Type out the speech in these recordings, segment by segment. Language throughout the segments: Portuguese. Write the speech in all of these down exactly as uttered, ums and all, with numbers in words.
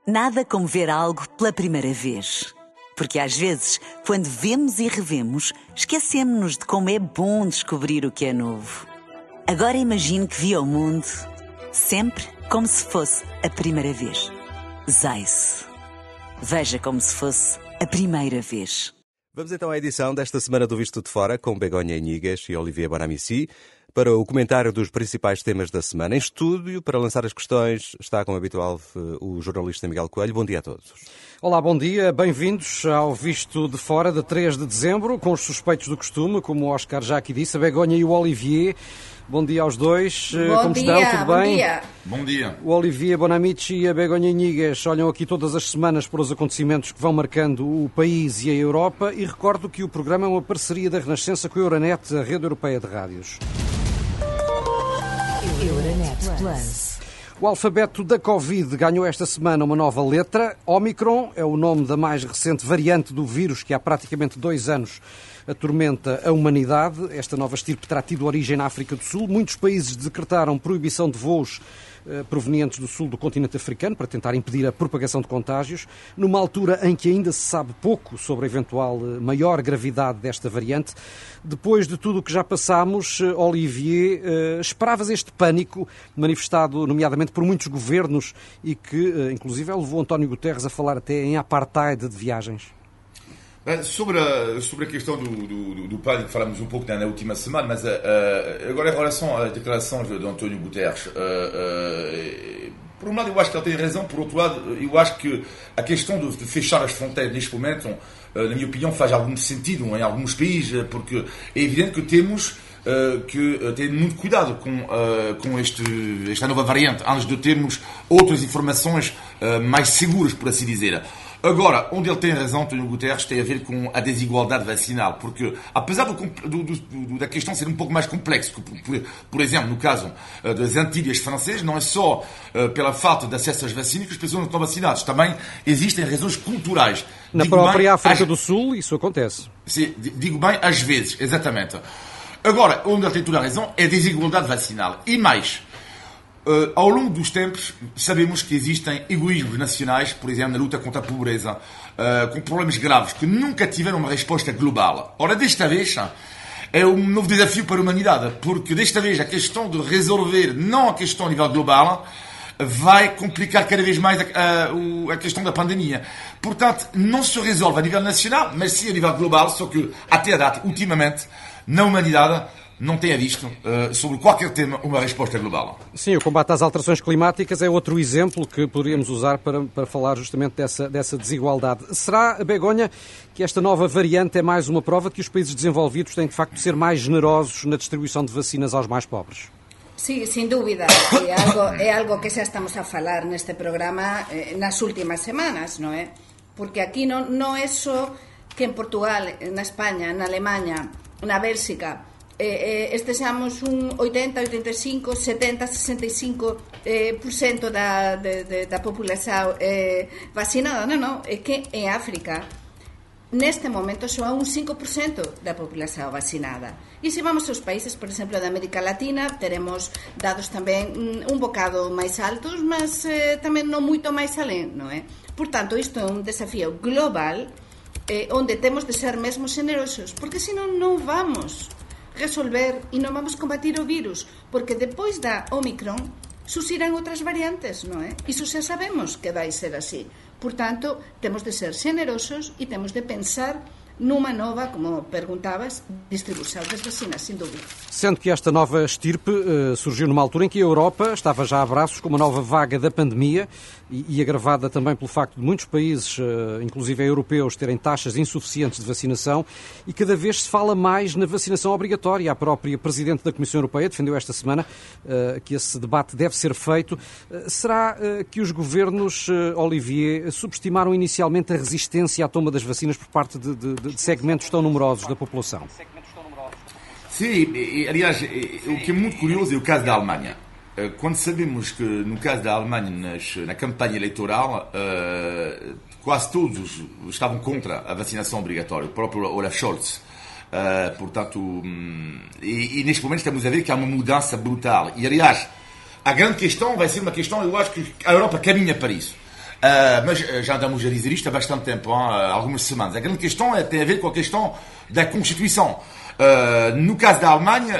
Nada como ver algo pela primeira vez. Porque às vezes, quando vemos e revemos, esquecemos-nos de como é bom descobrir o que é novo. Agora imagine que viu o mundo sempre como se fosse a primeira vez. Zais. Veja como se fosse a primeira vez. Vamos então à edição desta semana do Visto de Fora com Begonha Inigas e Olivier Bonamici para o comentário dos principais temas da semana. Em estúdio, para lançar as questões, está, como habitual, o jornalista Miguel Coelho. Bom dia a todos. Olá, bom dia. Bem-vindos ao Visto de Fora de três de dezembro, com os suspeitos do costume, como o Oscar já aqui disse, a Begonha e o Olivier. Bom dia aos dois. Bom Como dia, estão? Tudo bom bem? Dia. Bom dia. O Olivier Bonamici e a Begonha Inigas olham aqui todas as semanas para os acontecimentos que vão marcando o país e a Europa, e recordo que o programa é uma parceria da Renascença com a Euronet, a rede europeia de rádios. Euronet Plus. O alfabeto da Covid ganhou esta semana uma nova letra. Omicron é o nome da mais recente variante do vírus que há praticamente dois anos atormenta a humanidade. Esta nova estirpe terá tido origem na África do Sul. Muitos países decretaram proibição de voos eh, provenientes do sul do continente africano para tentar impedir a propagação de contágios, numa altura em que ainda se sabe pouco sobre a eventual eh, maior gravidade desta variante. Depois de tudo o que já passámos, eh, Olivier, eh, esperavas este pânico manifestado nomeadamente por muitos governos e que, eh, inclusive, levou António Guterres a falar até em apartheid de viagens? Sobre a, sobre a questão do, do, do pânico, falamos um pouco na última semana, mas uh, agora em relação às declarações de António Guterres, uh, uh, por um lado eu acho que ele tem razão, por outro lado eu acho que a questão de, de fechar as fronteiras neste momento, uh, na minha opinião, faz algum sentido em alguns países, porque é evidente que temos uh, que ter muito cuidado com, uh, com este, esta nova variante, antes de termos outras informações uh, mais seguras, por assim dizer. Agora, onde ele tem razão, António Guterres, tem a ver com a desigualdade vacinal, porque, apesar do, do, do, da questão ser um pouco mais complexa, por, por, por exemplo, no caso uh, das Antilhas francesas, não é só uh, pela falta de acesso às vacinas que as pessoas não estão vacinadas, também existem razões culturais. Na digo própria bem, África às... do Sul isso acontece. Sim, digo bem, às vezes, exatamente. Agora, onde ele tem toda a razão é a desigualdade vacinal. E mais, Uh, ao longo dos tempos, sabemos que existem egoísmos nacionais, por exemplo, na luta contra a pobreza, uh, com problemas graves, que nunca tiveram uma resposta global. Ora, desta vez, é um novo desafio para a humanidade, porque desta vez a questão de resolver, não a questão a nível global, vai complicar cada vez mais a, a, a questão da pandemia. Portanto, não se resolve a nível nacional, mas sim a nível global, só que, até a data, ultimamente, na humanidade, não tenha visto, uh, sobre qualquer tema, uma resposta global. Sim, o combate às alterações climáticas é outro exemplo que poderíamos usar para, para falar justamente dessa, dessa desigualdade. Será, Begonha, que esta nova variante é mais uma prova de que os países desenvolvidos têm, de facto, de ser mais generosos na distribuição de vacinas aos mais pobres? Sí, sin dúbida. É algo, é algo que xa estamos a falar neste programa eh, nas últimas semanas, non é? Porque aquí non, non é só que en Portugal, na España, na Alemanha, na Bélxica, Eh, eh, estexamos un oitenta, oitenta e cinco, setenta, sesenta e cinco eh, por cento da, de, de, da população eh, vacinada, non, non, é que en África neste momento só há un cinco por cento da população vacinada. E se vamos aos países, por exemplo, da América Latina, teremos dados tamén un, un bocado máis altos, mas eh, tamén non moito máis alén, non é? Por tanto, isto é un desafío global eh, onde temos de ser mesmo generosos, porque senón non vamos resolver e non vamos combatir o virus, porque depois da Omicron surxirán outras variantes, non é? Iso xa sabemos que vai ser así. Por tanto, temos de ser generosos e temos de pensar numa nova, como perguntabas, distribuição das vacinas, sem dúvida. Sendo que esta nova estirpe uh, surgiu numa altura em que a Europa estava já a braços com uma nova vaga da pandemia e, e agravada também pelo facto de muitos países, uh, inclusive europeus, terem taxas insuficientes de vacinação, e cada vez se fala mais na vacinação obrigatória. A própria Presidente da Comissão Europeia defendeu esta semana uh, que esse debate deve ser feito. Uh, será uh, que os governos, uh, Olivier, subestimaram inicialmente a resistência à toma das vacinas por parte de, de, de segmentos tão numerosos da população? Sim, e, aliás, o que é muito curioso é o caso da Alemanha. Quando sabemos que, no caso da Alemanha, nas, na campanha eleitoral, uh, quase todos estavam contra a vacinação obrigatória, o próprio Olaf Scholz. Uh, portanto, um, e, e neste momento estamos a ver que há uma mudança brutal. E, aliás, a grande questão vai ser uma questão, eu acho que a Europa caminha para isso. Uh, mas já andamos a dizer isto há bastante tempo, hein, há algumas semanas. A grande questão é, tem a ver com a questão da Constituição. Uh, no caso da Alemanha,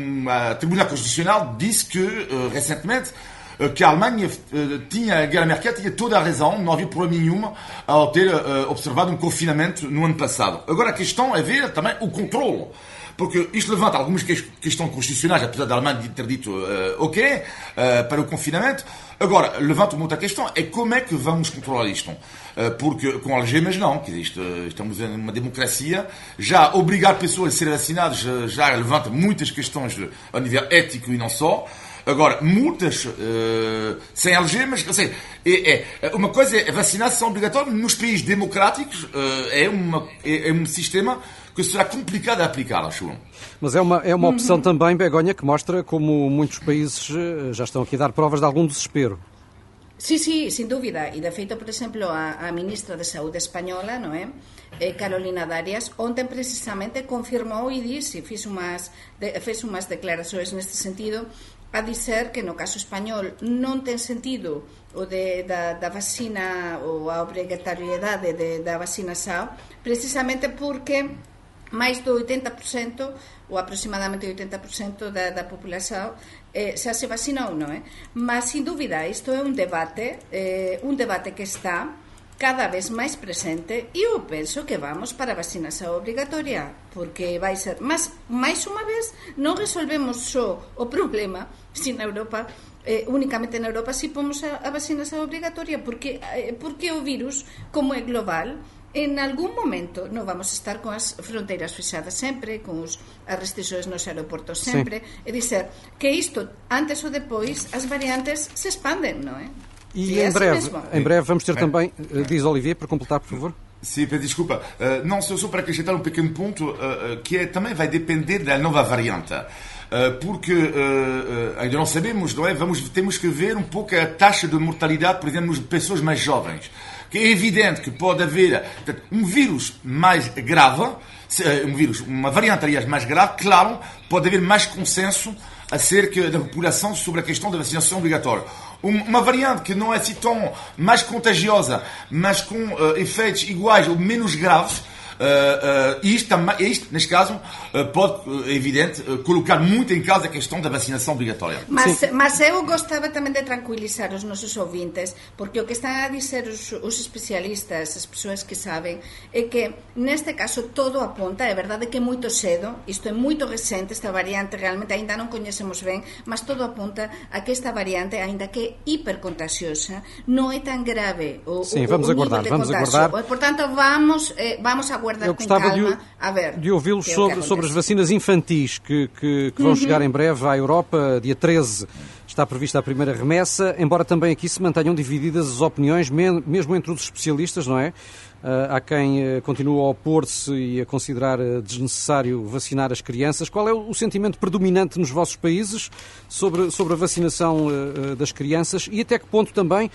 o Tribunal Constitucional disse que, uh, recentemente, que a Alemanha uh, tinha, a Angela Merkel tinha toda a razão, não havia problema nenhum ao ter uh, observado um confinamento no ano passado. Agora a questão é ver também o controle. Porque isto levanta algumas questões constitucionais, apesar da Alemanha ter dito uh, ok uh, para o confinamento. Agora, levanta uma outra questão, é como é que vamos controlar isto? Uh, porque com algemas não, que isto, estamos em uma democracia, já obrigar pessoas a serem vacinadas já levanta muitas questões a nível ético e não só. Agora, multas uh, sem algemas, ou seja, é, é, uma coisa é vacinação obrigatória nos países democráticos, uh, é, uma, é, é um sistema que será complicado de aplicar, acho. Mas é uma, é uma opção uhum. também, Begonha, que mostra como muitos países já estão aqui a dar provas de algum desespero. Sí, sí, sin dúvida. E, de feito, por exemplo, a, a ministra de Saúde española, non é? Eh, Carolina Darias, ontem precisamente confirmou e disse, fez umas, de, fez umas declarações neste sentido, a dizer que no caso español non ten sentido o de, da, da vacina ou a obrigatoriedade de, da vacinação, precisamente porque máis do oitenta por cento ou aproximadamente oitenta por cento da, da população eh, xa se vacinou, non é? Mas, sin dúvida, isto é un debate, eh, un debate que está cada vez máis presente e eu penso que vamos para a vacinación obrigatoria, porque vai ser, mas, máis unha vez, non resolvemos só o problema, si na Europa, eh, únicamente na Europa, si pomos a, a vacinación obrigatoria, porque, eh, porque o virus, como é global, en algún momento non vamos a estar con as fronteiras fechadas sempre, con os, as restrições nos aeroportos sempre, sí. É dizer, que isto, antes ou depois, as variantes se expandem, non é? E, e em, breve, em breve vamos ter é. também, diz Olivier, para completar, por favor. Sim, desculpa. Uh, não, só, só para acrescentar um pequeno ponto, uh, uh, que é, também vai depender da nova variante. Uh, porque uh, uh, ainda não sabemos, não é? Vamos, temos que ver um pouco a taxa de mortalidade, por exemplo, nas pessoas mais jovens. Que é evidente que pode haver portanto, um vírus mais grave, um vírus, uma variante, aliás, mais grave, claro, pode haver mais consenso acerca da população sobre a questão da vacinação obrigatória. Uma variante que não é assim tão mais contagiosa, mas com uh, efeitos iguais ou menos graves, Uh, uh, isto, isto, neste caso, uh, pode, é evidente, uh, colocar muito em causa a questão da vacinação obrigatória. Mas, mas eu gostava também de tranquilizar os nossos ouvintes, porque o que estão a dizer os, os especialistas, as pessoas que sabem, é que, neste caso, todo aponta, é verdade que é muito cedo, isto é muito recente, esta variante realmente ainda não conhecemos bem, mas todo aponta a que esta variante, ainda que é hipercontagiosa, não é tão grave o, Sim, o, vamos o aguardar, nível de vamos contágio. aguardar. Portanto, vamos, eh, vamos aguardar. Eu gostava calma, de, ver, de ouvi-los sobre, sobre as vacinas infantis que, que, que vão uhum. chegar em breve à Europa. Dia treze está prevista a primeira remessa, embora também aqui se mantenham divididas as opiniões, mesmo entre os especialistas, não é? Uh, há quem uh, continua a opor-se e a considerar uh, desnecessário vacinar as crianças. Qual é o, o sentimento predominante nos vossos países sobre, sobre a vacinação uh, uh, das crianças e até que ponto também,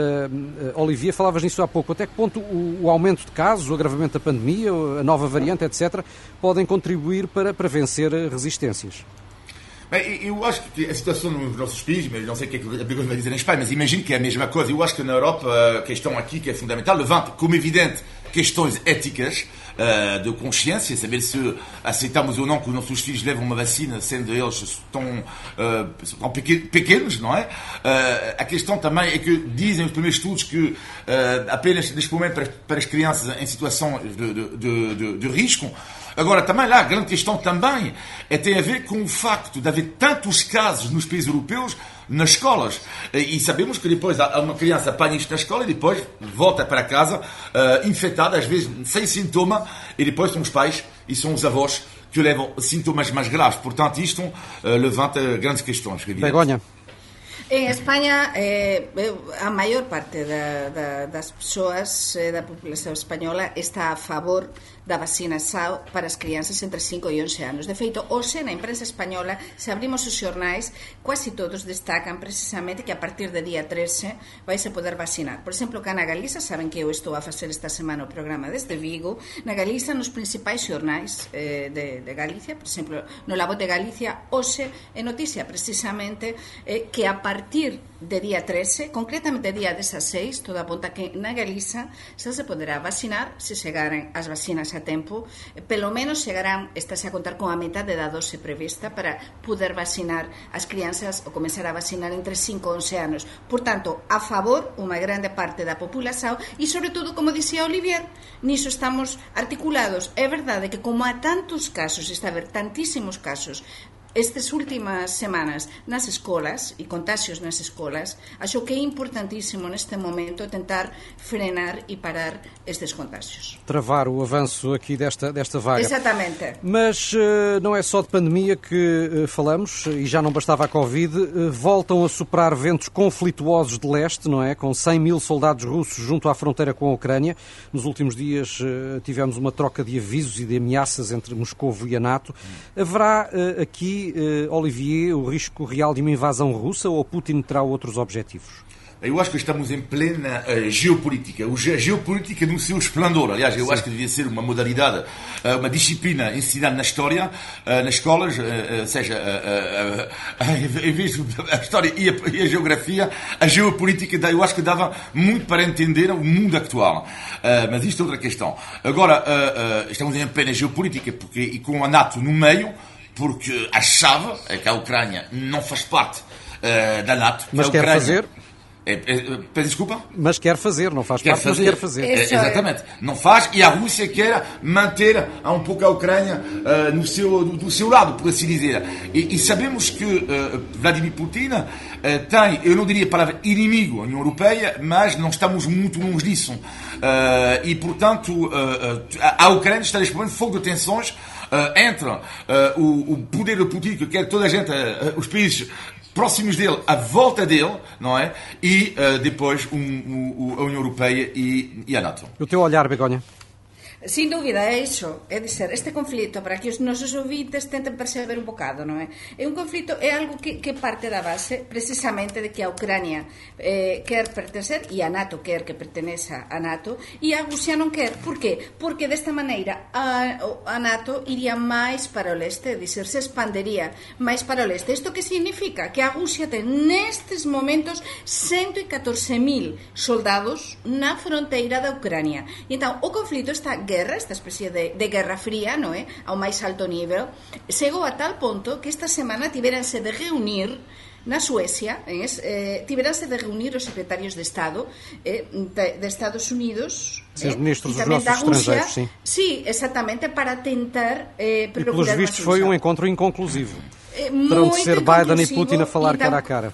uh, uh, Olivier, falavas nisso há pouco, até que ponto o, o aumento de casos, o agravamento da pandemia, a nova variante, etcétera, podem contribuir para, para vencer resistências? Bem, eu acho que a situação nos nossos países, mas não sei o que é que a Begonha vai dizer em Espanha, mas imagino que é a mesma coisa. Eu acho que na Europa a questão aqui que é fundamental levanta, como evidente, questões éticas, uh, de consciência, saber se aceitamos ou não que os nossos filhos levam uma vacina, sendo eles tão, uh, tão pequenos, não é? Uh, a questão também é que dizem os primeiros estudos que uh, apenas neste momento para, para as crianças em situação de, de, de, de, de risco. Agora, também lá, a grande questão também é, tem a ver com o facto de haver tantos casos nos países europeus nas escolas. E sabemos que depois uma criança apanha isto na escola e depois volta para casa uh, infectada, às vezes sem sintoma, e depois são os pais e são os avós que levam sintomas mais graves. Portanto, isto uh, levanta grandes questões. Begonha. En España, eh, a maior parte da, da, das persoas eh, da populación española está a favor da vacinação para as crianças entre cinco e once anos. De feito, hoxe na imprensa española, se abrimos os xornais, quase todos destacan precisamente que a partir de día trece vais a poder vacinar. Por exemplo, cá na Galiza, saben que eu estou a facer esta semana o programa desde Vigo, na Galiza, nos principais xornais eh, de, de Galicia, por exemplo, no La Voz de Galicia, hoxe é noticia precisamente eh, que a partir partir de día trece, concretamente día dezaseis, todo apunta que na Galiza xa se poderá vacinar se chegarem as vacinas a tempo, pelo menos chegarán, estáse a contar con a metade da dose prevista para poder vacinar as crianças ou comenzar a vacinar entre cinco e once anos. Por tanto, a favor unha grande parte da população e, sobre todo, como dicía Olivier, niso estamos articulados. É verdade que como há tantos casos, está a haber tantísimos casos estas últimas semanas nas escolas e contagios nas escolas, acho que é importantíssimo neste momento tentar frenar e parar estes contagios. Travar o avanço aqui desta, desta vaga. Exatamente. Mas uh, não é só de pandemia que uh, falamos, e já não bastava a Covid, uh, voltam a soprar ventos conflituosos de leste, não é? Com cem mil soldados russos junto à fronteira com a Ucrânia. Nos últimos dias uh, tivemos uma troca de avisos e de ameaças entre Moscovo e a NATO. Haverá uh, aqui Uh, Olivier, o risco real de uma invasão russa ou Putin terá outros objetivos? Eu acho que estamos em plena uh, geopolítica, a geopolítica no seu esplendor. Aliás, eu Sim. acho que devia ser uma modalidade, uh, uma disciplina ensinada na história, uh, nas escolas, uh, uh, seja, uh, uh, uh, em vez da história e a, e a geografia, a geopolítica, eu acho que dava muito para entender o mundo atual. Uh, mas isto é outra questão. Agora, uh, uh, estamos em plena geopolítica, porque, e com a NATO no meio, porque a chave é que a Ucrânia não faz parte uh, da NATO. Mas a quer Ucrânia, fazer? É, é, peço desculpa? Mas quer fazer, não faz quer parte, fazer. mas quer fazer. É, exatamente. Não faz e a Rússia quer manter um pouco a Ucrânia uh, no seu, do, do seu lado, por assim dizer. E, e sabemos que uh, Vladimir Putin uh, tem, eu não diria a palavra inimigo, a União Europeia, mas não estamos muito longe disso. Uh, e, portanto, uh, uh, a Ucrânia está neste momento fogo de tensões Uh, entre uh, o, o poder do Putin, que quer toda a gente, uh, os países próximos dele, à volta dele, não é? E uh, depois um, um, a União Europeia e, e a NATO. O teu olhar, Begonha? Sin dúbida, é iso, é dizer, este conflito, para que os nosos ouvintes tenten perceber un bocado, non é? É un conflito, é algo que, que parte da base precisamente de que a Ucrania eh, quer pertencer, e a NATO quer que perteneza a NATO, e a Rusia non quer. Por qué? Porque desta maneira a, a NATO iría máis para o leste, é dizer, se expandería máis para o leste. Isto que significa? Que a Rusia ten nestes momentos ciento catorce mil soldados na fronteira da Ucrania. E entón, o conflito está guerra, esta especie de, de guerra fría, no é? Ao máis alto nível, chegou a tal ponto que esta semana tiveranse de reunir na Suecia, eh, tiveranse de reunir os secretarios de Estado eh, de, de Estados Unidos, Sim, os ministros eh, dos nossos estrangeiros, sim. Sim, exatamente, para tentar eh, procurar. E pelos vistos foi um encontro inconclusivo. Eh, Terão de ser Biden e Putin a falar então, cara a cara.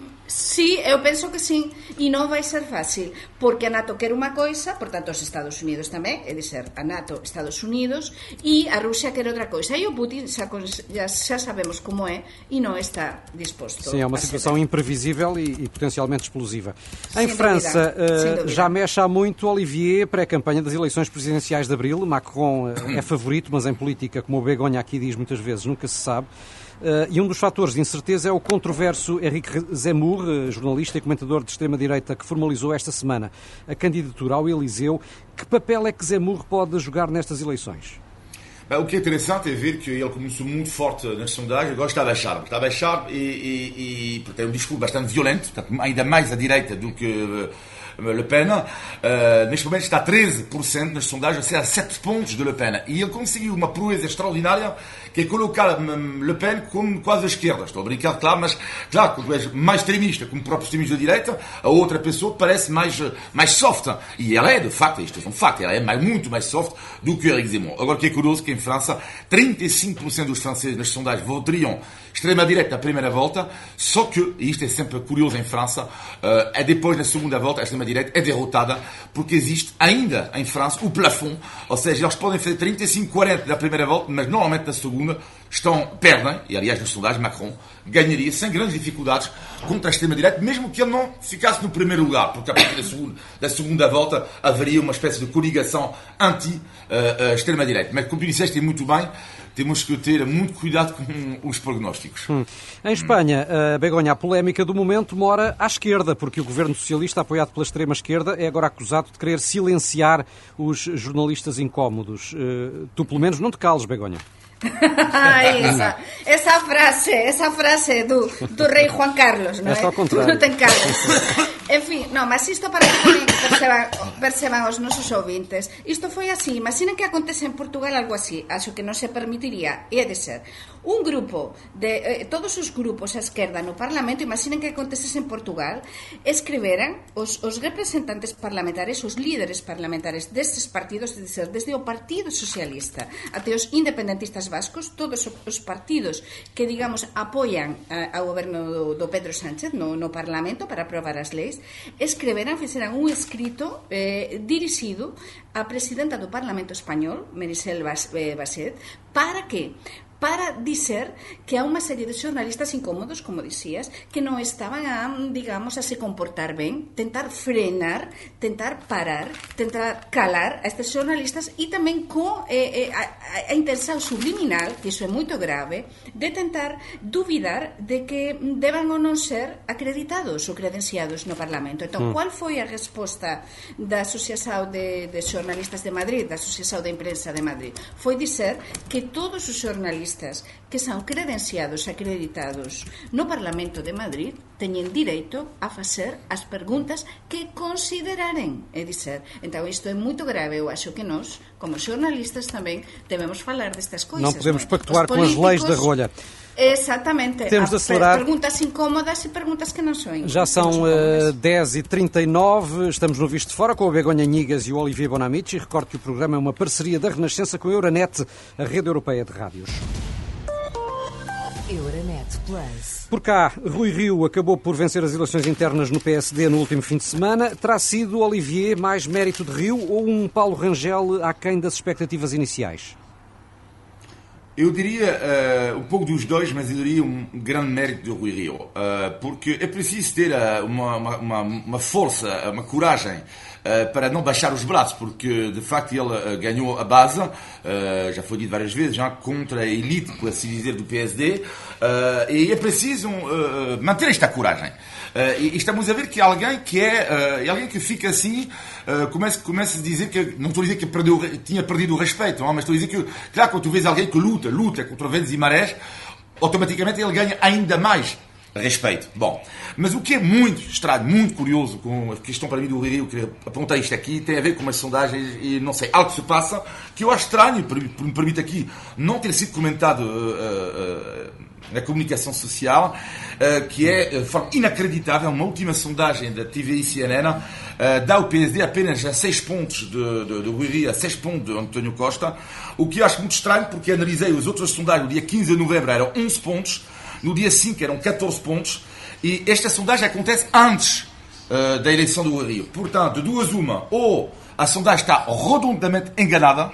Sí, eu penso que sim, e non vai ser fácil, porque a NATO quer unha coisa, por tanto os Estados Unidos tamén, é dizer, a NATO, Estados Unidos, e a Rusia quer outra coisa, e o Putin xa, xa, xa sabemos como é, e non está disposto. Sim, é uma situação ser... imprevisível e, e potencialmente explosiva. Em Sem França, uh, já mexe há muito, Olivier, pré-campanha das eleições presidenciais de abril. Macron uh, é favorito, mas em política, como o Begonha aqui diz muitas vezes, nunca se sabe. Uh, e um dos fatores de incerteza é o controverso Éric Zemmour, uh, jornalista e comentador de extrema-direita, que formalizou esta semana a candidatura ao Eliseu. Que papel é que Zemmour pode jogar nestas eleições? Bem, o que é interessante é ver que ele começou muito forte nas sondagens, agora está a baixar. Está a baixar e, e, e tem um discurso bastante violento, portanto, ainda mais à direita do que uh, Le Pen. Uh, neste momento está a treze por cento nas sondagens, ou a sete pontos de Le Pen. E ele conseguiu uma proeza extraordinária, que é colocar Le Pen como quase a esquerda. Estou a brincar, claro, mas claro, quando és mais extremista, como o próprio extremista da direita, a outra pessoa parece mais, mais soft. E ela é, de facto, isto é um facto, ela é mais, muito mais soft do que Éric Zemmour. Agora, o que é curioso é que em França, trinta e cinco por cento dos franceses nas sondagens votariam extrema-direita na primeira volta, só que, e isto é sempre curioso em França, uh, é depois, na segunda volta, a extrema-direita é derrotada, porque existe ainda em França o plafond, ou seja, eles podem fazer trinta e cinco a quarenta na primeira volta, mas normalmente na segunda estão, perdem, e aliás nas sondagens Macron ganharia sem grandes dificuldades contra a extrema-direita, mesmo que ele não ficasse no primeiro lugar, porque a partir da segunda, da segunda volta haveria uma espécie de coligação anti-extrema-direita. Uh, uh, mas como tu disseste muito bem, temos que ter muito cuidado com os prognósticos. Hum. Em Espanha, a Begonha, a polémica do momento mora à esquerda, porque o governo socialista, apoiado pela extrema-esquerda, é agora acusado de querer silenciar os jornalistas incómodos. Uh, tu, pelo menos, não te cales, Begonha. esa, esa frase, esa frase do, do rei Juan Carlos, non é? Esta ao contrário. Non ten Carlos. En fin, non, mas isto para que tamén perceban, perceban os nosos ouvintes. Isto foi así, imaginen que acontece en Portugal algo así, acho que non se permitiría, e é de ser un grupo de, eh, todos os grupos a esquerda no Parlamento, imaginen que acontecese en Portugal, escriberan os, os representantes parlamentares, os líderes parlamentares destes partidos, de ser, desde o Partido Socialista até os independentistas vascos, todos os partidos que, digamos, apoian a, ao goberno do, do Pedro Sánchez no, no Parlamento para aprobar as leis, escreveran, fixeran un escrito eh, dirixido á presidenta do Parlamento Español, Meritxell Baset, para que para dizer que há unha serie de xornalistas incómodos, como dicías, que non estaban a, digamos, a se comportar ben, tentar frenar, tentar parar, tentar calar a estes xornalistas e tamén co eh, eh, a, a intención subliminal, que iso é moito grave, de tentar duvidar de que deban ou non ser acreditados ou credenciados no Parlamento. Entón, mm. qual foi a resposta da Asociación de, de Xornalistas de Madrid, da Asociación de Imprensa de Madrid? Foi dizer que todos os xornalistas que son credenciados, acreditados no Parlamento de Madrid teñen direito a facer as preguntas que consideraren, é dizer, entón isto é moito grave. Eu acho que nós, como xornalistas, tamén debemos falar destas coisas. Non podemos non é? pactuar com as leis da rolha. Exatamente. Temos de acelerar. Perguntas incómodas e perguntas que não são incómodas. Já são uh, dez e trinta e nove, estamos no Visto de Fora com a Begonha Nhigas e o Olivier Bonamici. Recordo que o programa é uma parceria da Renascença com a Euronet, a rede europeia de rádios. Euronet Plus. Por cá, Rui Rio acabou por vencer as eleições internas no P S D no último fim de semana. Terá sido, Olivier, mais mérito de Rio ou um Paulo Rangel aquém das expectativas iniciais? Eu diria uh, um pouco dos dois, mas eu diria um grande mérito do Rui Rio, uh, porque é preciso ter uh, uma, uma, uma força, uma coragem uh, para não baixar os braços, porque de facto ele uh, ganhou a base, uh, já foi dito várias vezes, já contra a elite, por assim dizer, do P S D, uh, e é preciso uh, manter esta coragem. Uh, e estamos a ver que alguém que é, uh, alguém que fica assim, uh, começa, começa a dizer que, não estou a dizer que perdeu, tinha perdido o respeito, não, mas estou a dizer que, claro, quando tu vês alguém que luta, luta contra ventos e marés, automaticamente ele ganha ainda mais respeito. Bom, mas o que é muito estranho, muito curioso com a questão para mim do Rio, eu queria apontar isto aqui, tem a ver com umas sondagens e não sei, algo que se passa, que eu acho estranho, me permite aqui não ter sido comentado uh, uh, na comunicação social, uh, que é de forma inacreditável, uma última sondagem da T V I C N N uh, dá o P S D apenas a seis pontos de, de, de Rui Rio, a seis pontos de António Costa, o que eu acho muito estranho, porque analisei as outras sondagens, no dia quinze de novembro eram onze pontos, no dia cinco eram catorze pontos, e esta sondagem acontece antes uh, da eleição do Rio. Portanto, de duas uma, ou a sondagem está redondamente enganada,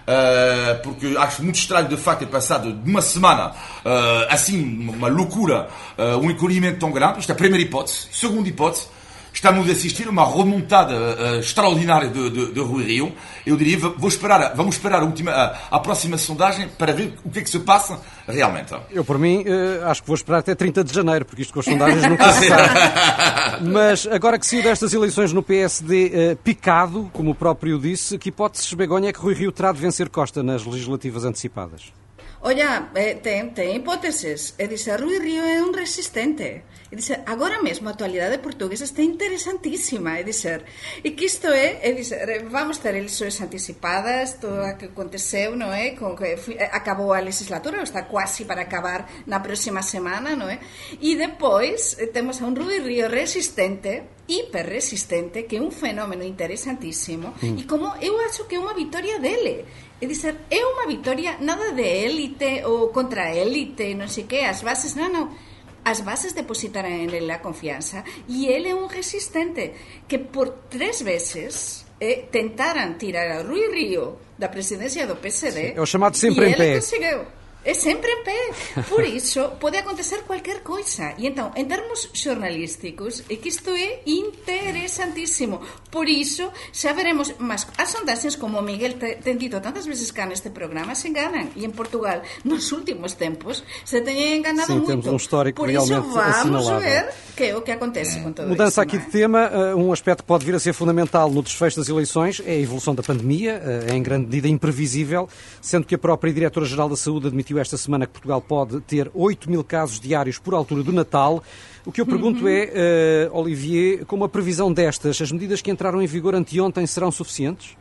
uh, porque acho muito estranho, de facto, ter passado de uma semana uh, assim, uma loucura, uh, um encolhimento tão grande. Isto é a primeira hipótese. Segunda hipótese, estamos a assistir a uma remontada uh, extraordinária de, de, de Rui Rio. Eu diria, vou esperar, vamos esperar a, última, a, a próxima sondagem para ver o que é que se passa realmente. Eu, por mim, uh, acho que vou esperar até trinta de janeiro, porque isto com as sondagens nunca se sabe. Mas agora que saiu destas eleições no P S D uh, picado, como o próprio disse, que hipóteses, Begonha, é que Rui Rio terá de vencer Costa nas legislativas antecipadas? Olla, eh, ten, ten hipóteses. É dizer, Rui Rio é un resistente. É dizer, agora mesmo a actualidade portuguesa está interesantísima. É dizer, e que isto é, é dizer, vamos ter eleições anticipadas, todo o que aconteceu, non é? Con que fui, acabou a legislatura, está quase para acabar na próxima semana, non é? E depois temos a un Rui Rio resistente, hiperresistente, que é un fenómeno interesantísimo, mm. e como eu acho que é unha victoria dele. É dizer, é unha victoria nada de élite ou contra a élite, non sei que, as bases, non, non, as bases depositaran en ele a confianza, e ele é un resistente que por tres veces eh, tentaran tirar a Rui Rio da presidencia do P S D, sí, é o chamado sempre e em pé. ele conseguiu. É sempre em pé. Por isso, pode acontecer qualquer coisa. E então, em termos jornalísticos, é que isto é interessantíssimo. Por isso, já veremos. Mas as sondagens, como o Miguel tem dito tantas vezes cá neste programa, se enganam. E em Portugal, nos últimos tempos, se tem enganado Sim, muito. Temos um histórico Por isso, realmente vamos assinalável. ver que é o que acontece com todo isso. Mudança aqui de tema, um aspecto que pode vir a ser fundamental no desfecho das eleições é a evolução da pandemia, é em grande medida imprevisível, sendo que a própria Diretora-Geral da Saúde admitiu esta semana que Portugal pode ter oito mil casos diários por altura do Natal. O que eu pergunto uhum. é, uh, Olivier, com uma previsão destas, as medidas que entraram em vigor anteontem serão suficientes?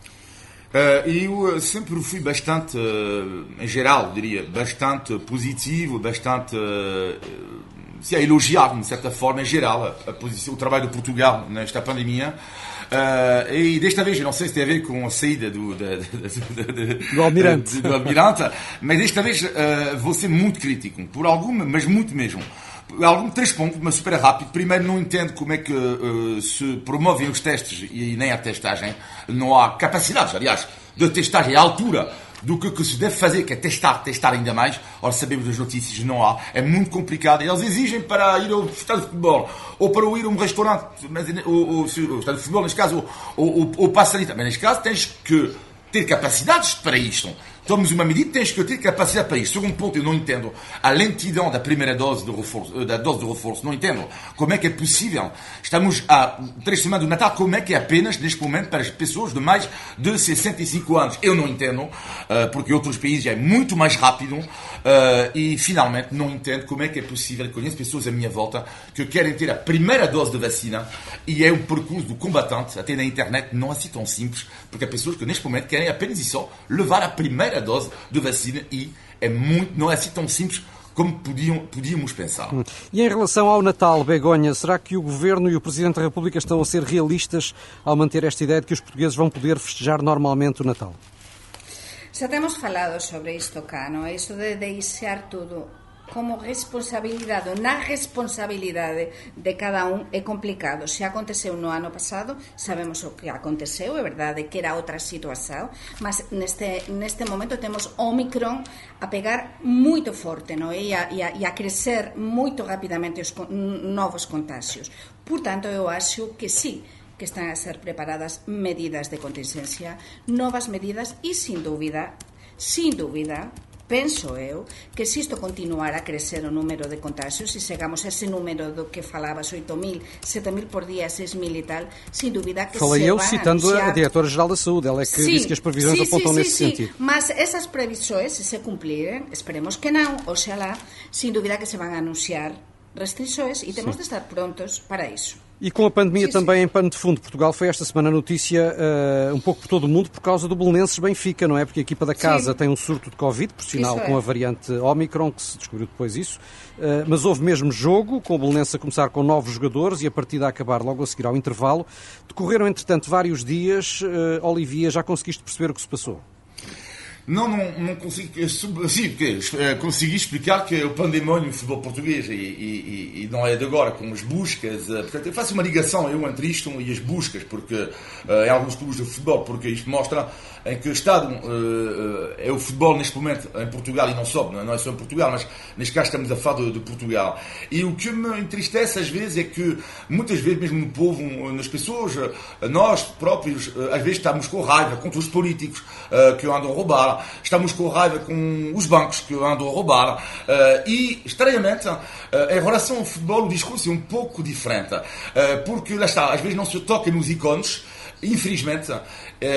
Uh, eu sempre fui bastante, uh, em geral, diria, bastante positivo, bastante uh, se a elogiar, de certa forma, em geral, a posição, o trabalho de Portugal nesta pandemia. Uh, e desta vez, eu não sei se tem a ver com a saída do, de, de, de, de, do Almirante, de, do Almirante, mas desta vez uh, vou ser muito crítico, por alguma, mas muito mesmo. Algum três pontos, mas super rápido. Primeiro, não entendo como é que uh, se promovem os testes e nem a testagem. Não há capacidades, aliás, de testagem à altura do que, que se deve fazer, que é testar, testar ainda mais. Ora, sabemos das notícias, não há. É muito complicado. Eles exigem para ir ao estádio de futebol ou para ir a um restaurante, mas, o, o, o estádio de futebol, neste caso, o, o, o passo sanitário. Mas, neste caso, tens que ter capacidades para isto. Tomamos uma medida, tens que ter capacidade para isso. Segundo ponto, eu não entendo a lentidão da primeira dose de reforço, da dose de reforço. Não entendo como é que é possível. Estamos há três semanas do Natal, como é que é apenas, neste momento, para as pessoas de mais de sessenta e cinco anos. Eu não entendo, porque em outros países é muito mais rápido. E, finalmente, não entendo como é que é possível. Conheço pessoas à minha volta que querem ter a primeira dose de vacina e é um percurso do combatente, até na internet, não é assim tão simples, porque há pessoas que, neste momento, querem apenas e só levar a primeira a dose de vacina e é muito, não é assim tão simples como podiam, podíamos pensar. E em relação ao Natal, Begonha, será que o Governo e o Presidente da República estão a ser realistas ao manter esta ideia de que os portugueses vão poder festejar normalmente o Natal? Já temos falado sobre isto cá, não é? Isso de deixar tudo como responsabilidade, ou na responsabilidade de cada um é complicado. Se aconteceu no ano passado, sabemos o que aconteceu, é verdade que era outra situação, mas neste, neste momento temos Omicron a pegar muito forte, não é? E a, e a, e a crescer muito rapidamente os novos contágios. Portanto, eu acho que sim, que están a ser preparadas medidas de contingencia, novas medidas e, sin dúbida, sin dúbida, penso eu, que se isto continuar a crecer o número de contagios, se chegamos a ese número do que falabas, oito mil, sete mil por dia, seis mil e tal, sem dúvida que Falei se eu van citando anunciar... a Diretora-Geral da Saúde, ela é que sim, disse que as previsões sim, apontam sim, nesse sim, sentido. Sim. Mas essas previsões, se se cumprirem, esperemos que não, oxalá, sem dúvida que se van a anunciar restrições e temos sim. de estar prontos para isso. E com a pandemia sim, também sim. em pano de fundo, Portugal foi esta semana notícia uh, um pouco por todo o mundo por causa do Belenenses-Benfica, não é? Porque a equipa da casa sim. tem um surto de Covid, por sinal, é. com a variante Omicron, que se descobriu depois isso. Uh, mas houve mesmo jogo, com o Belenenses a começar com novos jogadores e a partida a acabar logo a seguir ao intervalo. Decorreram, entretanto, vários dias. Uh, Olivier, já conseguiste perceber o que se passou? Não, não, não consigo. Sim, porque consegui explicar que é o pandemónio do futebol português e, e, e não é de agora, com as buscas. Portanto, eu faço uma ligação eu entre isto e as buscas, porque uh, em alguns clubes de futebol, porque isto mostra em que estado uh, é o futebol neste momento em Portugal e não só, não é só em Portugal, mas neste caso estamos a falar de, de Portugal. E o que me entristece às vezes é que muitas vezes, mesmo no povo, nas pessoas, nós próprios, às vezes estamos com raiva contra os políticos uh, que andam a roubar. Estamos com raiva com os bancos que andam a roubar uh, e, estranhamente, uh, em relação ao futebol o discurso é um pouco diferente, uh, porque, lá está, às vezes não se toca nos ícones, infelizmente, uh,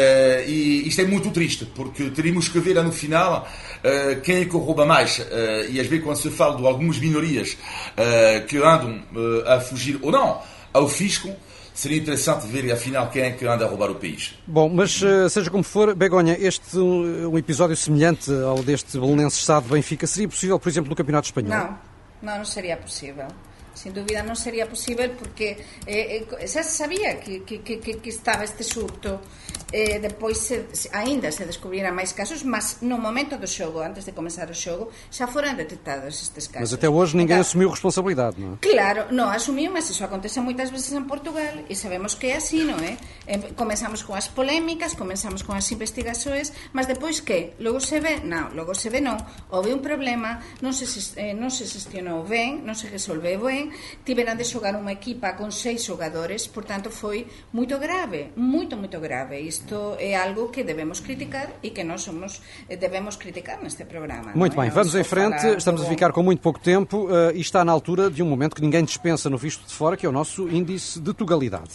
e isto é muito triste, porque teríamos que ver lá no final uh, quem é que rouba mais, uh, e às vezes quando se fala de algumas minorias uh, que andam uh, a fugir ou não ao fisco, seria interessante ver, afinal, quem é que anda a roubar o país. Bom, mas seja como for, Begonha, este um episódio semelhante ao deste Belenenses-Benfica seria possível, por exemplo, no Campeonato Espanhol? Não, não, não seria possível. Sem dúvida não seria possível porque eh, eh, já se sabia que, que, que, que estava este surto eh, depois se, se, ainda se descubriran máis casos, mas no momento do xogo, antes de comenzar o xogo, xa foran detectados estes casos. Mas até hoje ninguém então, assumiu responsabilidade, non é? Claro, non asumiu, mas iso acontece moitas veces en Portugal e sabemos que é así, non é? Eh, comenzamos con as polémicas, comenzamos con as investigações, mas depois que? Logo se ve? Non, logo se ve non. Houve un problema, non se, eh, non se xestionou ben, non se resolveu ben, tiveran de xogar unha equipa con seis xogadores, por tanto foi moito grave, moito, moito grave. Isto é algo que debemos criticar e que nós somos, debemos criticar neste programa. Muito não é? bem, vamos em frente, estamos a ficar com muito pouco tempo uh, e está na altura de um momento que ninguém dispensa no Visto de Fora, que é o nosso índice de tugalidade.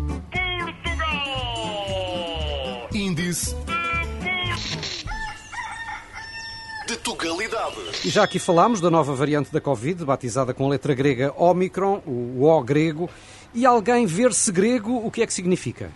Índice de tugalidade. E já aqui falámos da nova variante da Covid, batizada com a letra grega Omicron, o O grego, e alguém ver-se grego, o que é que significa?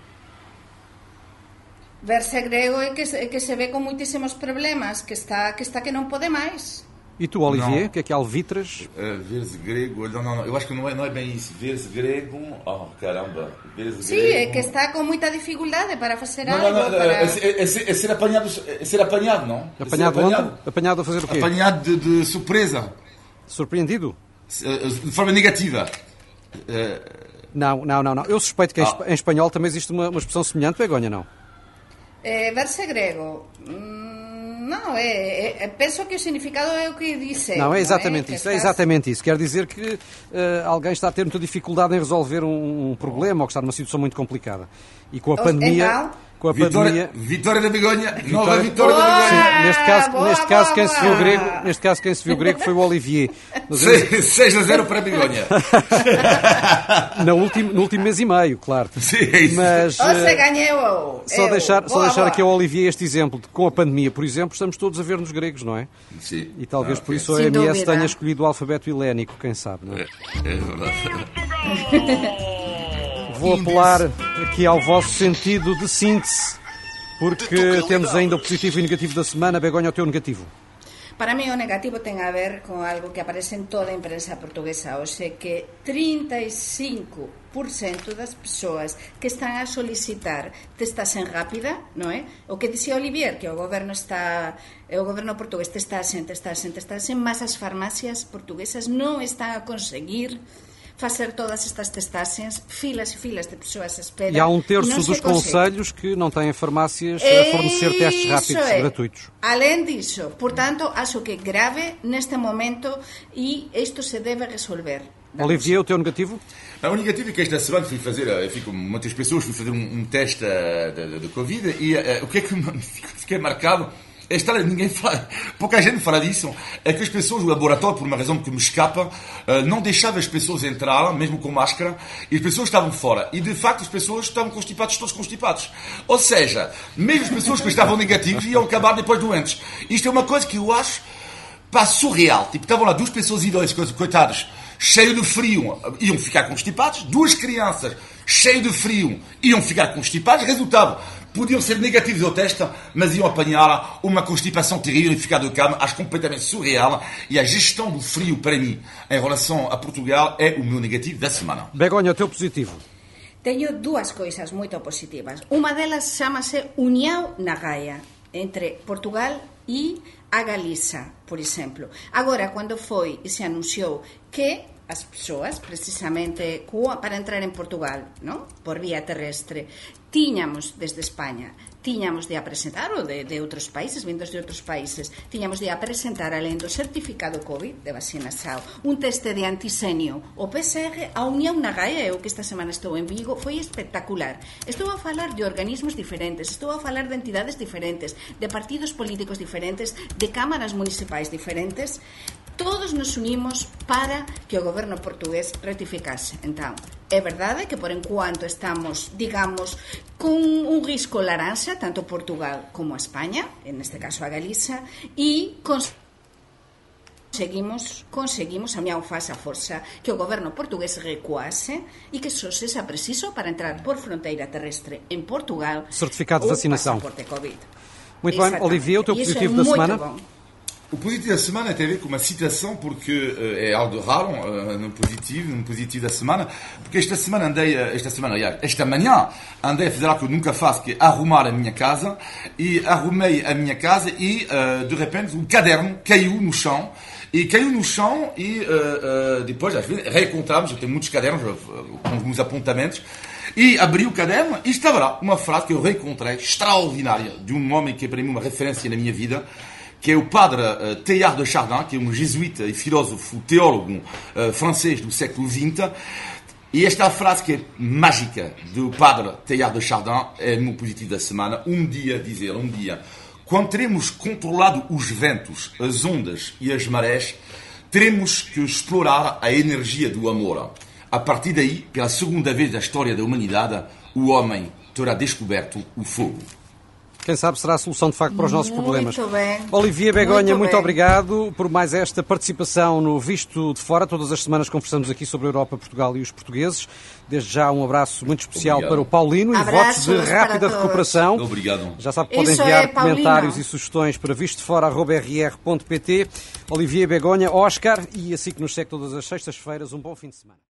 Verse grego é que, é que se ve com muitíssimos problemas, que está que, está que não pode mais. E tu, Olivier, Não. o que é que é alvitras? Uh, Ver-se grego, não, não, não, eu acho que não é, não é bem isso. Ver-se grego, oh caramba, ver-se Sim, grego. é que está com muita dificuldade para fazer Não, algo. não, não, para... é, é, é, ser- é ser apanhado, é ser apanhado, não? É ser Apanhado apanhado, onde? Apanhado a fazer o quê? apanhado de, de surpresa, Surpreendido? uh, de forma negativa. Uh, Não, não, não, não. Eu suspeito que em, Ah. espa- em espanhol também existe uma, uma expressão semelhante, Begonha, não? Eh, verse grego. Mm, não, é, é, penso que o significado é o que disse. Não, é exatamente Que isso, é estás- exatamente isso. Quer dizer que uh, alguém está a ter muita dificuldade em resolver um, um problema ou que está numa situação muito complicada. E com a Ou- pandemia... então? Com a Vitória, pandemia... Vitória da Begonha, nova Vitória- vitória da Boa! Begonha. Sim, neste caso, boa, neste caso boa, quem se viu boa. grego, neste caso quem se viu grego foi o Olivier. Mas eu- seis a zero para a Begonha. no, último, no último mês e meio, claro. Sim, é isso. Mas Ou se eh, ganhou. só eu. deixar, só Boa, deixar boa. aqui ao Olivier este exemplo de que com a pandemia, por exemplo, estamos todos a ver-nos gregos, não é? Sim. E talvez Ah, por ok. isso a Sem O M S dúvida. tenha escolhido o alfabeto helénico, quem sabe, não é? É verdade. Vou apelar aqui ao vosso sentido de síntese, porque temos ainda o positivo e o negativo da semana. Begonha, o teu negativo. Para mí o negativo ten a ver con algo que aparece en toda a imprensa portuguesa hoxe, que trinta e cinco por cento das persoas que están a solicitar testasen rápida, non é? O que dixía Olivier, que o goberno está o goberno portugués testasen, testasen, testasen, mas as farmacias portuguesas non están a conseguir facer todas estas testaxes, filas e filas de persoas a espera. E há um terço non dos se consegue. conselhos que não têm farmácias a fornecer testes rápidos Iso é. gratuitos. Além disso, portanto, acho que é grave neste momento e isto se deve resolver. Olivier, o teu negativo? O negativo é que esta semana fui fazer, eu fico com muitas pessoas, fui fazer um, um teste uh, de, de, de Covid e uh, o que é que me- fiquei marcado é estar, ninguém fala, pouca gente fala disso, é que as pessoas, o laboratório, por uma razão que me escapa, uh, não deixava as pessoas entrar, mesmo com máscara, e as pessoas estavam fora. E de facto as pessoas estavam constipadas, todos constipados. Ou seja, mesmo as pessoas que estavam negativas iam acabar depois doentes. Isto é uma coisa que eu acho pá, surreal. Tipo, estavam lá duas pessoas idosas, coitadas, cheias de frio, iam ficar constipados. Duas crianças cheias de frio iam ficar constipados. Resultado, podiam ser negativos ao teste, mas iam apanhar uma constipação terrível e ficar de cama. Acho completamente surreal. E a gestão do frio, para mim, em relação a Portugal, é o meu negativo da semana. Begonha, o teu positivo. Teño dúas coisas moito positivas. Unha delas chamase União na Gaia, entre Portugal e a Galiza, por exemplo. Agora, cando foi e se anunciou que as persoas, precisamente para entrar en Portugal, ¿no?, por vía terrestre, tiñamos desde España, tiñamos de apresentar, ou de, de outros países, vindos de outros países, tiñamos de apresentar, alén do certificado COVID de vacinação, un teste de antisenio, o P C R, a Unión na Gaia, eu que esta semana estou en Vigo, foi espectacular. Estou a falar de organismos diferentes, estou a falar de entidades diferentes, de partidos políticos diferentes, de cámaras municipais diferentes. Todos nos unimos para que o goberno portugués rectificase. Entón, é verdade que por enquanto estamos, digamos, con un risco laranxa, tanto Portugal como a España, en este caso a Galiza, e conseguimos, conseguimos, a miña faz a forza, que o goberno portugués recuase e que só sexa preciso para entrar por fronteira terrestre en Portugal Certificado de o vacinação. pasaporte COVID. Muito bem, Exatamente. Olivier, o teu E iso positivo é da muito semana? bom. O positivo da semana tem a ver com uma citação, porque uh, é algo raro, uh, no positivo, no positivo da semana, porque esta semana andei, uh, esta semana, aliás, esta manhã, andei a fazer algo que eu nunca faço, que é arrumar a minha casa, e arrumei a minha casa e, uh, de repente, o caderno caiu no chão, e caiu no chão e uh, uh, depois, às vezes, reencontramos, eu tenho muitos cadernos uh, com alguns apontamentos, e abri o caderno e estava lá uma frase que eu reencontrei, extraordinária, de um homem que é para mim uma referência na minha vida, que é o padre uh, Teilhard de Chardin, que é um jesuíta e filósofo, teólogo uh, francês do século vinte. E esta frase que é mágica do padre Teilhard de Chardin é no positivo da semana. Um dia, diz ele, um dia, quando teremos controlado os ventos, as ondas e as marés, teremos que explorar a energia do amor. A partir daí, pela segunda vez da história da humanidade, o homem terá descoberto o fogo. Quem sabe será a solução, de facto, para os nossos Muito problemas. bem. Olivier Begonha, Muito muito bem. obrigado por mais esta participação no Visto de Fora. Todas as semanas conversamos aqui sobre a Europa, Portugal e os portugueses. Desde já um abraço muito especial Obrigado. para o Paulino Abraços e votos de rápida para todos. recuperação. Obrigado. Já sabe que podem Isso enviar é, Paulino. comentários e sugestões para visto de fora arroba r r ponto p t. Olivier Begonha, Oscar, e assim que nos segue todas as sextas-feiras, um bom fim de semana.